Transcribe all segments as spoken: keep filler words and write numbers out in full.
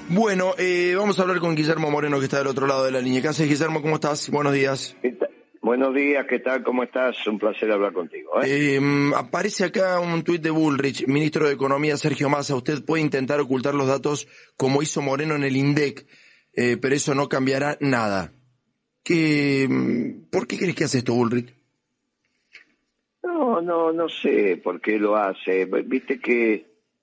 Bueno, eh, vamos a hablar con Guillermo Moreno, que está del otro lado de la línea. ¿Qué haces, Guillermo? ¿Cómo estás? Buenos días. Buenos días, ¿qué tal? ¿Cómo estás? Un placer hablar contigo. ¿eh? Eh, aparece acá un tuit de Bullrich, ministro de Economía Sergio Massa. Usted puede intentar ocultar los datos como hizo Moreno en el INDEC, eh, pero eso no cambiará nada. ¿Qué, ¿Por qué crees que hace esto, Bullrich? No, no, no sé por qué lo hace. Viste que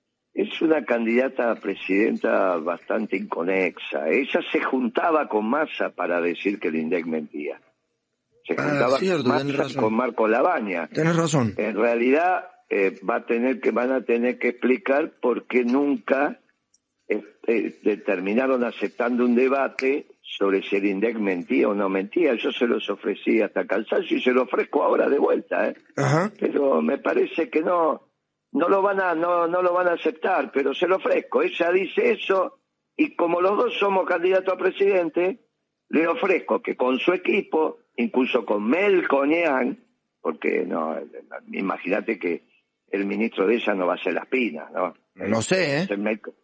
es una candidata a presidenta bastante inconexa. Ella se juntaba con Massa para decir que el INDEC mentía. Se juntaba ah, cierto, Massa con Marco Lavagna. Tenés razón. En realidad eh, va a tener que van a tener que explicar por qué nunca eh, eh, terminaron aceptando un debate sobre si el INDEC mentía o no mentía. Yo se los ofrecí hasta cansancio y se lo ofrezco ahora de vuelta, ¿eh? Ajá. Pero me parece que no no lo van a no no lo van a aceptar, pero se lo ofrezco. Ella dice eso y como los dos somos candidatos a presidente, le ofrezco que con su equipo, incluso con Melconian, porque no, imagínate que el ministro de ella no va a ser Las Pinas, ¿no? No sé, ¿eh?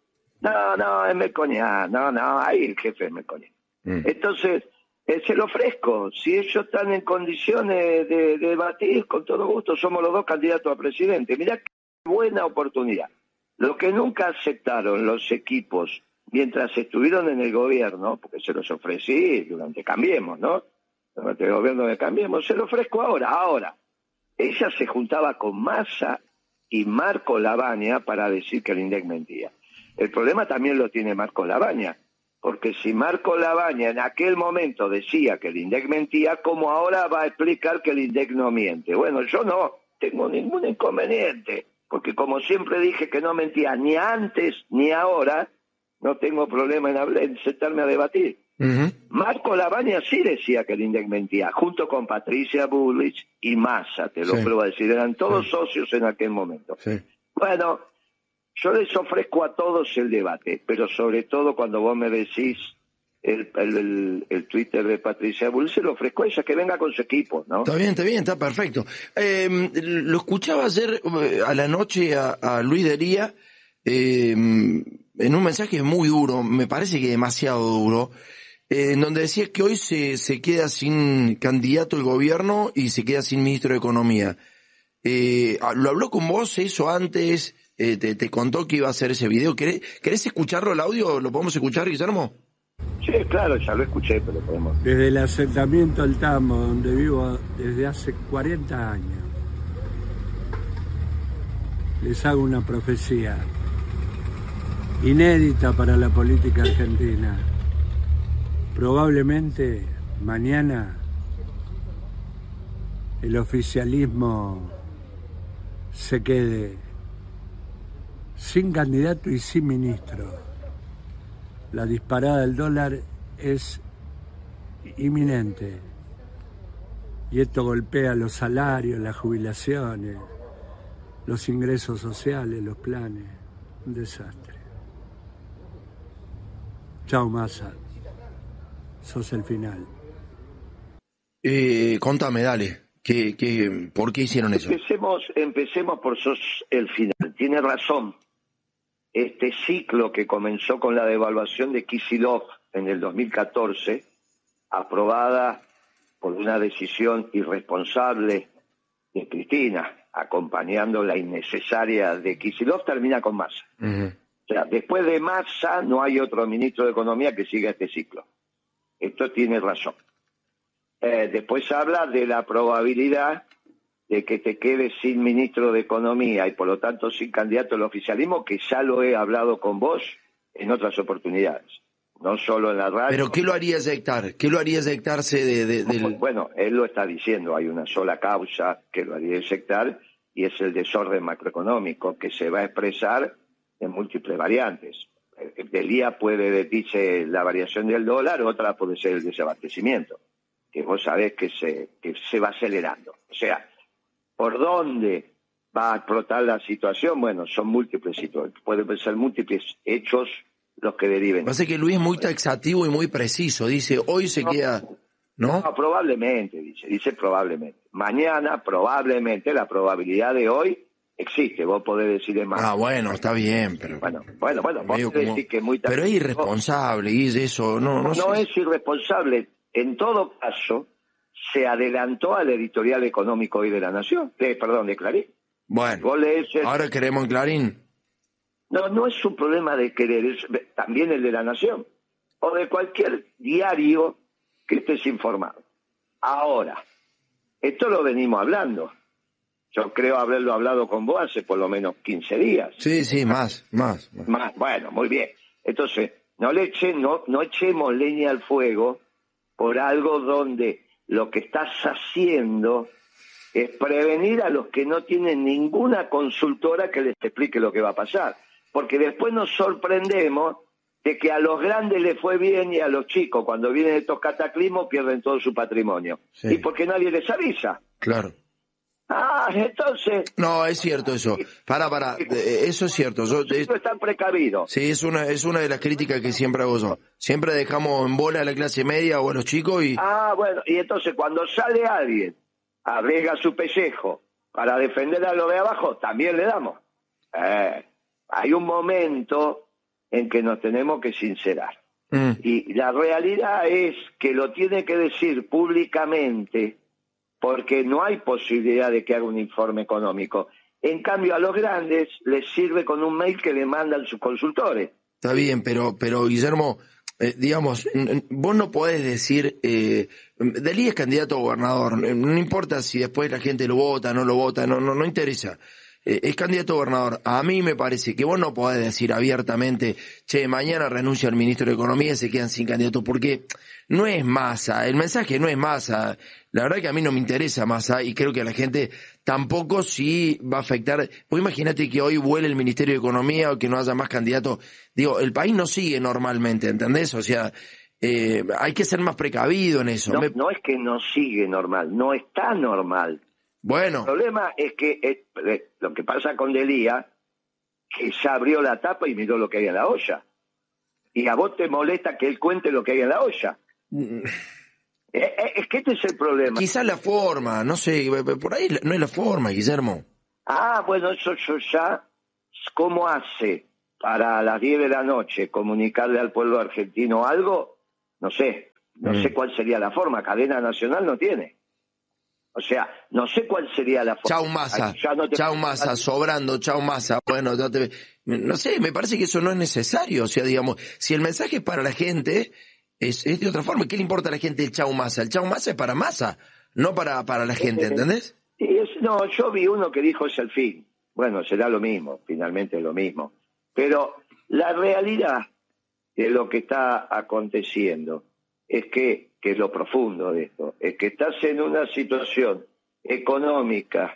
No, no, es Melconian, no, no, ahí el jefe es Melconian. Mm. Entonces, eh, se lo ofrezco. Si ellos están en condiciones de, de debatir, con todo gusto, somos los dos candidatos a presidente. Mirá qué buena oportunidad. Lo que nunca aceptaron los equipos mientras estuvieron en el gobierno, porque se los ofrecí durante Cambiemos, ¿no? Durante el gobierno de Cambiemos, se lo ofrezco ahora. Ahora, ella se juntaba con Massa y Marco Lavagna para decir que el INDEC mentía. El problema también lo tiene Marco Lavagna, porque si Marco Lavagna en aquel momento decía que el INDEC mentía, ¿cómo ahora va a explicar que el INDEC no miente? Bueno, yo no tengo ningún inconveniente, porque como siempre dije que no mentía ni antes ni ahora, no tengo problema en, hablar, en sentarme a debatir. Uh-huh. Marco Lavagna sí decía que el INDEC mentía, junto con Patricia Bullrich y Massa, te lo sí. pruebo a decir, eran todos sí. socios en aquel momento. Sí. Bueno, yo les ofrezco a todos el debate, pero sobre todo cuando vos me decís el, el, el, el Twitter de Patricia Bullrich, se lo ofrezco a ella, que venga con su equipo, ¿no? Está bien, está bien, está perfecto. Eh, lo escuchaba ayer a la noche a, a Luis Dería, eh, en un mensaje muy duro, me parece que demasiado duro, eh, en donde decía que hoy se, se queda sin candidato el gobierno y se queda sin ministro de Economía. Eh, ¿Lo habló con vos eso antes? Eh, te, ¿Te contó que iba a hacer ese video? ¿Querés, ¿Querés escucharlo el audio? ¿Lo podemos escuchar, Guillermo? Sí, claro, ya lo escuché, pero podemos. Desde el asentamiento Altamo, donde vivo desde hace cuarenta años, les hago una profecía inédita para la política argentina. Probablemente mañana el oficialismo se quede sin candidato y sin ministro. La disparada del dólar es inminente y esto golpea los salarios, las jubilaciones, los ingresos sociales, los planes. Un desastre. Chao, Massa. Sos el final. Eh, contame, dale. ¿Qué, qué, ¿Por qué hicieron eso? Empecemos, empecemos por sos el final. Tiene razón. Este ciclo que comenzó con la devaluación de Kicillof en el dos mil catorce, aprobada por una decisión irresponsable de Cristina, acompañando la innecesaria de Kicillof, termina con Massa. Uh-huh. O sea, después de Massa no hay otro ministro de Economía que siga este ciclo. Esto tiene razón. Eh, después habla de la probabilidad de que te quedes sin ministro de Economía y por lo tanto sin candidato al oficialismo, que ya lo he hablado con vos en otras oportunidades, no solo en la radio. ¿Pero qué lo haría eyectar? ¿Qué lo haría eyectarse de, de, del...? Bueno, él lo está diciendo, hay una sola causa que lo haría eyectar y es el desorden macroeconómico que se va a expresar en múltiples variantes. Del día puede, dice, la variación del dólar, otra puede ser el desabastecimiento, que vos sabés que se, que se va acelerando. O sea, ¿por dónde va a explotar la situación? Bueno, son múltiples situaciones, pueden ser múltiples hechos los que deriven. Pasa que Luis es muy taxativo y muy preciso, dice, hoy se no, queda... ¿No? No, probablemente, dice, dice probablemente. Mañana, probablemente, la probabilidad de hoy existe, vos podés decir es más. Ah, bueno, está bien, pero... Bueno, bueno, bueno, vos podés como... decir que es muy... Pero es irresponsable, y eso, no, no, no, sé. no es irresponsable. En todo caso, se adelantó al editorial económico hoy de La Nación, de, perdón, de Clarín. Bueno, vos lees el... ahora queremos en Clarín. No, no es un problema de querer, es también el de La Nación, o de cualquier diario que estés informado. Ahora, esto lo venimos hablando. Yo creo haberlo hablado con vos hace por lo menos quince días. Sí, sí, más, más. Más, más bueno, muy bien. Entonces, no le eche, no, no echemos leña al fuego por algo donde lo que estás haciendo es prevenir a los que no tienen ninguna consultora que les explique lo que va a pasar. Porque después nos sorprendemos de que a los grandes les fue bien y a los chicos, cuando vienen estos cataclismos, pierden todo su patrimonio. Sí. Y porque nadie les avisa. Claro. Ah, entonces... No, es cierto eso. Para, para, eso es cierto. Yo, es, están precavidos. Sí, es una, es una de las críticas que siempre hago yo. Siempre dejamos en bola a la clase media o a los chicos y... Ah, bueno, y entonces cuando sale alguien, arriesga su pellejo para defender a lo de abajo, también le damos. Eh... Hay un momento en que nos tenemos que sincerar. Mm. Y la realidad es que lo tiene que decir públicamente porque no hay posibilidad de que haga un informe económico. En cambio, a los grandes les sirve con un mail que le mandan sus consultores. Está bien, pero, pero Guillermo, eh, digamos, vos no podés decir, eh, Delía es candidato a gobernador, no importa si después la gente lo vota, no lo vota, no, no, no interesa. Eh, es candidato a gobernador. A mí me parece que vos no podés decir abiertamente, che, mañana renuncia el ministro de Economía y se quedan sin candidato, porque no es Massa, el mensaje no es Massa. La verdad que a mí no me interesa Massa y creo que a la gente tampoco sí va a afectar. Porque imagínate que hoy vuele el Ministerio de Economía o que no haya más candidatos. Digo, el país no sigue normalmente, ¿entendés? O sea, eh, hay que ser más precavido en eso. No, me... no es que no sigue normal, no está normal. Bueno. El problema es que eh, lo que pasa con Delía, que ya abrió la tapa y miró lo que hay en la olla. Y a vos te molesta que él cuente lo que hay en la olla. Mm. Eh, eh, es que este es el problema. Quizás la forma, no sé, por ahí no es la forma, Guillermo. Ah, bueno, eso yo ya, ¿cómo hace para las diez de la noche comunicarle al pueblo argentino algo? No sé, no mm. sé cuál sería la forma, cadena nacional no tiene. O sea, no sé cuál sería la forma. Chau Massa, no te... chau Massa, sobrando, chau Massa. Bueno, ya te... no sé, me parece que eso no es necesario. O sea, digamos, si el mensaje es para la gente, es, es de otra forma. ¿Qué le importa a la gente el chau Massa? El chau Massa es para Massa, no para, para la gente, ¿entendés? Es, no, yo vi uno que dijo es el fin. Bueno, será lo mismo, finalmente es lo mismo. Pero la realidad de lo que está aconteciendo es que, que es lo profundo de esto, es que estás en una situación económica,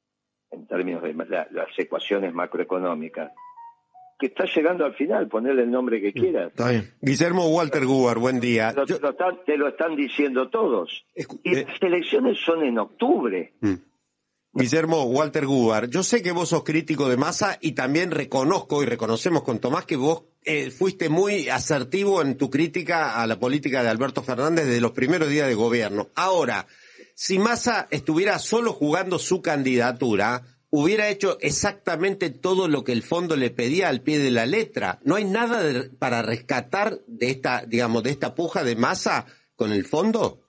en términos de la, las ecuaciones macroeconómicas, que está llegando al final, ponerle el nombre que quieras. Está bien. Guillermo Walter Gubar, buen día. Te lo, Yo... te, lo están, te lo están diciendo todos. Escu... Y las elecciones son en octubre. Mm. Guillermo Walter Gubar, yo sé que vos sos crítico de Massa y también reconozco y reconocemos con Tomás que vos eh, fuiste muy asertivo en tu crítica a la política de Alberto Fernández desde los primeros días de gobierno. Ahora, si Massa estuviera solo jugando su candidatura, hubiera hecho exactamente todo lo que el fondo le pedía al pie de la letra. ¿No hay nada de, para rescatar de esta, digamos, de esta puja de Massa con el fondo?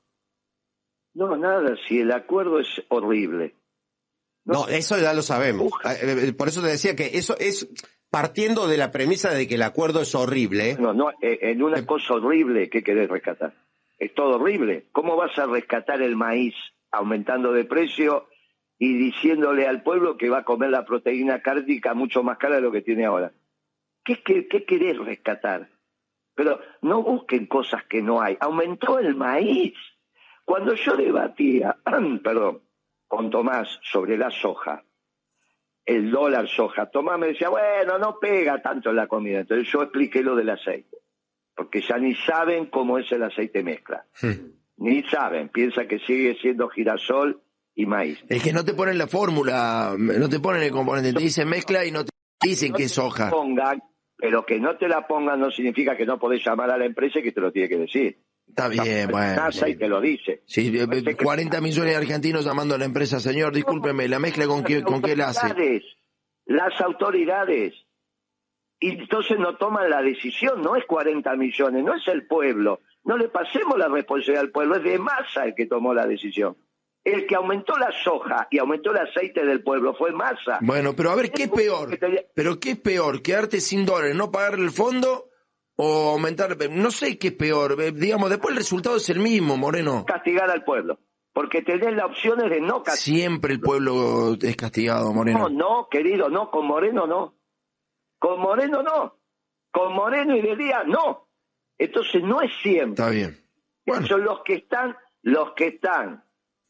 No, nada, si el acuerdo es horrible. No, no, eso ya lo sabemos. Por eso te decía que eso es partiendo de la premisa de que el acuerdo es horrible. No, no, en una cosa horrible, ¿qué querés rescatar? Es todo horrible. ¿Cómo vas a rescatar el maíz aumentando de precio y diciéndole al pueblo que va a comer la proteína cárnica mucho más cara de lo que tiene ahora? ¿Qué, qué, qué querés rescatar? Pero no busquen cosas que no hay. Aumentó el maíz. Cuando yo debatía, perdón, con Tomás sobre la soja, el dólar soja, Tomás me decía, bueno, no pega tanto en la comida. Entonces yo expliqué lo del aceite, porque ya ni saben cómo es el aceite mezcla. Sí. Ni saben, piensan que sigue siendo girasol y maíz. Es que no te ponen la fórmula, no te ponen el componente, te dicen mezcla y no te dicen que es soja. Pongan, pero que no te la pongan no significa que no podés llamar a la empresa y que te lo tiene que decir. Está bien, bueno. NASA Sí. y te lo dice. Sí, cuarenta millones de argentinos llamando a la empresa, señor, discúlpeme, ¿la mezcla con qué, con qué la hace? Las autoridades. Y entonces no toman la decisión, no es cuarenta millones, no es el pueblo. No le pasemos la responsabilidad al pueblo, es de Massa el que tomó la decisión. El que aumentó la soja y aumentó el aceite del pueblo fue Massa. Bueno, pero a ver, ¿qué es peor? ¿Pero qué es peor? ¿Quedarte sin dólares, no pagarle el fondo o aumentar? No sé qué es peor. Digamos, después el resultado es el mismo, Moreno. Castigar al pueblo. Porque tenés las opciones de no castigar. Siempre el pueblo es castigado, Moreno. No, no, querido, no, con Moreno no. Con Moreno no. Con Moreno y Delía no. Entonces no es siempre. Está bien. Bueno. Son los que están, los que están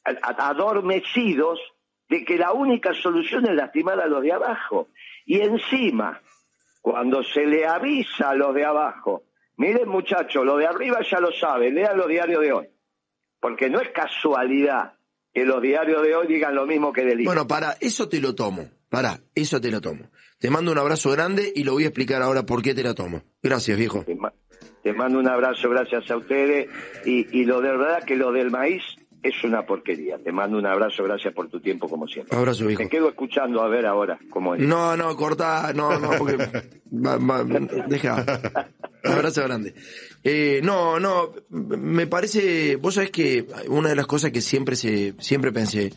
adormecidos de que la única solución es lastimar a los de abajo. Y encima, cuando se le avisa a los de abajo, miren muchachos, los de arriba ya lo saben, lean los diarios de hoy. Porque no es casualidad que los diarios de hoy digan lo mismo que del Bueno, para, eso te lo tomo. Para, eso te lo tomo. Te mando un abrazo grande y lo voy a explicar ahora por qué te la tomo. Gracias, viejo. Te, ma te mando un abrazo, gracias a ustedes. Y, y lo de verdad que lo del maíz es una porquería. Te mando un abrazo, gracias por tu tiempo, como siempre. Abrazo, viejo. Te quedo escuchando a ver ahora cómo es. No, no, cortá, no, no, porque... va, va, deja. Un abrazo grande. Eh, no, no, me parece... Vos sabés que una de las cosas que siempre se siempre pensé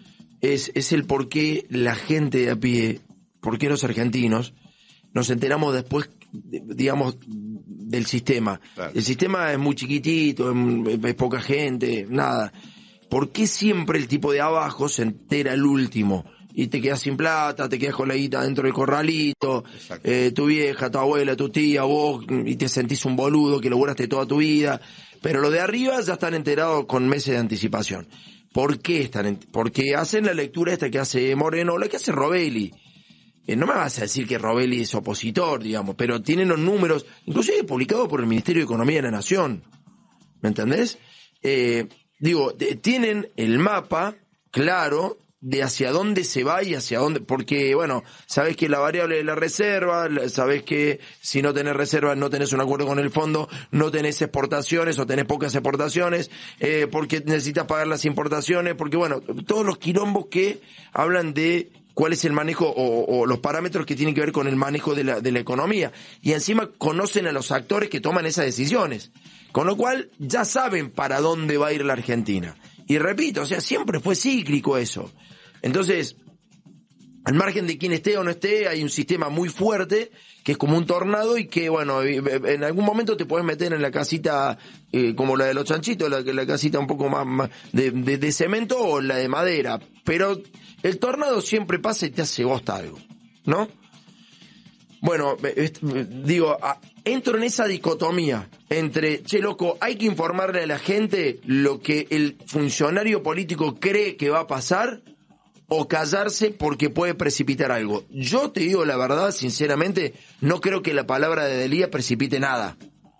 es, es el por qué la gente de a pie, por qué los argentinos, nos enteramos después, digamos, del sistema. Claro. El sistema es muy chiquitito, es, es poca gente, nada. ¿Por qué siempre el tipo de abajo se entera el último? Y te quedas sin plata, te quedas con la guita dentro del corralito, eh, tu vieja, tu abuela, tu tía, vos, y te sentís un boludo que lograste toda tu vida. Pero los de arriba ya están enterados con meses de anticipación. ¿Por qué están? En, porque hacen la lectura esta que hace Moreno, la que hace Robelli. Eh, no me vas a decir que Robelli es opositor, digamos, pero tienen los números, inclusive publicados por el Ministerio de Economía de la Nación. ¿Me entendés? Eh, digo, de, tienen el mapa claro de hacia dónde se va y hacia dónde, porque, bueno, sabés que la variable de la reserva, sabés que si no tenés reserva no tenés un acuerdo con el fondo, no tenés exportaciones o tenés pocas exportaciones, eh, porque necesitas pagar las importaciones, porque, bueno, todos los quilombos que hablan de cuál es el manejo o, o los parámetros que tienen que ver con el manejo de la, de la economía. Y encima conocen a los actores que toman esas decisiones. Con lo cual ya saben para dónde va a ir la Argentina. Y repito, o sea, siempre fue cíclico eso. Entonces, al margen de quién esté o no esté, hay un sistema muy fuerte que es como un tornado y que, bueno, en algún momento te puedes meter en la casita eh, como la de los chanchitos, la, la casita un poco más, más de, de, de cemento o la de madera. Pero el tornado siempre pasa y te hace bosta algo, ¿no? Bueno, digo, entro en esa dicotomía entre, che, loco, hay que informarle a la gente lo que el funcionario político cree que va a pasar o callarse porque puede precipitar algo. Yo te digo la verdad, sinceramente, no creo que la palabra de Delía precipite nada.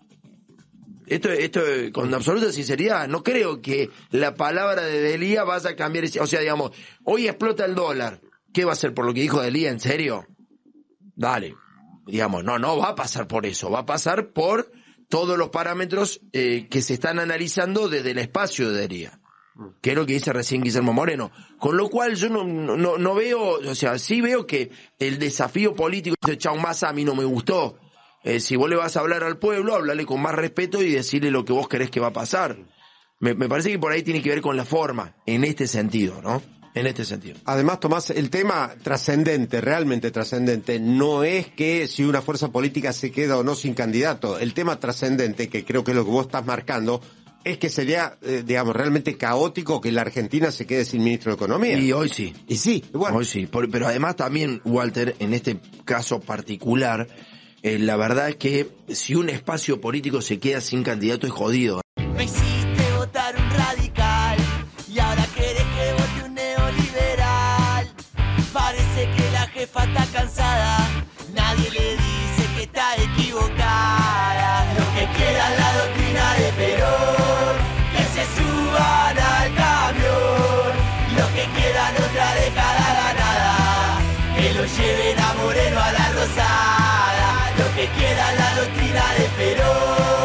Esto, esto con absoluta sinceridad, no creo que la palabra de Delía vaya a cambiar ese, o sea, digamos, hoy explota el dólar. ¿Qué va a hacer por lo que dijo Delía? ¿En serio? Dale. Digamos, no, no va a pasar por eso, va a pasar por todos los parámetros eh, que se están analizando desde el espacio de Delía, que es lo que dice recién Guillermo Moreno. Con lo cual yo no, no, no veo, o sea, sí veo que el desafío político de Chau Massa a mí no me gustó. Eh, si vos le vas a hablar al pueblo, háblale con más respeto y decirle lo que vos querés que va a pasar. Me, me parece que por ahí tiene que ver con la forma, en este sentido, ¿no? En este sentido. Además, Tomás, el tema trascendente, realmente trascendente, no es que si una fuerza política se queda o no sin candidato. El tema trascendente, que creo que es lo que vos estás marcando, es que sería, eh, digamos, realmente caótico que la Argentina se quede sin ministro de Economía. Y hoy sí. Y sí, bueno. Hoy sí. Por, pero además también, Walter, en este caso particular, eh, la verdad es que si un espacio político se queda sin candidato es jodido. Me hiciste votar un radical y ahora querés que vote un neoliberal. Parece que la jefa está cansada, nadie le dice que está equivocada. Lo que queda es la doctrina de Perón, que se suban al camión. Lo que queda en otra década ganada, que lo lleven a Moreno a la Rosada. Lo que queda es la doctrina de Perón,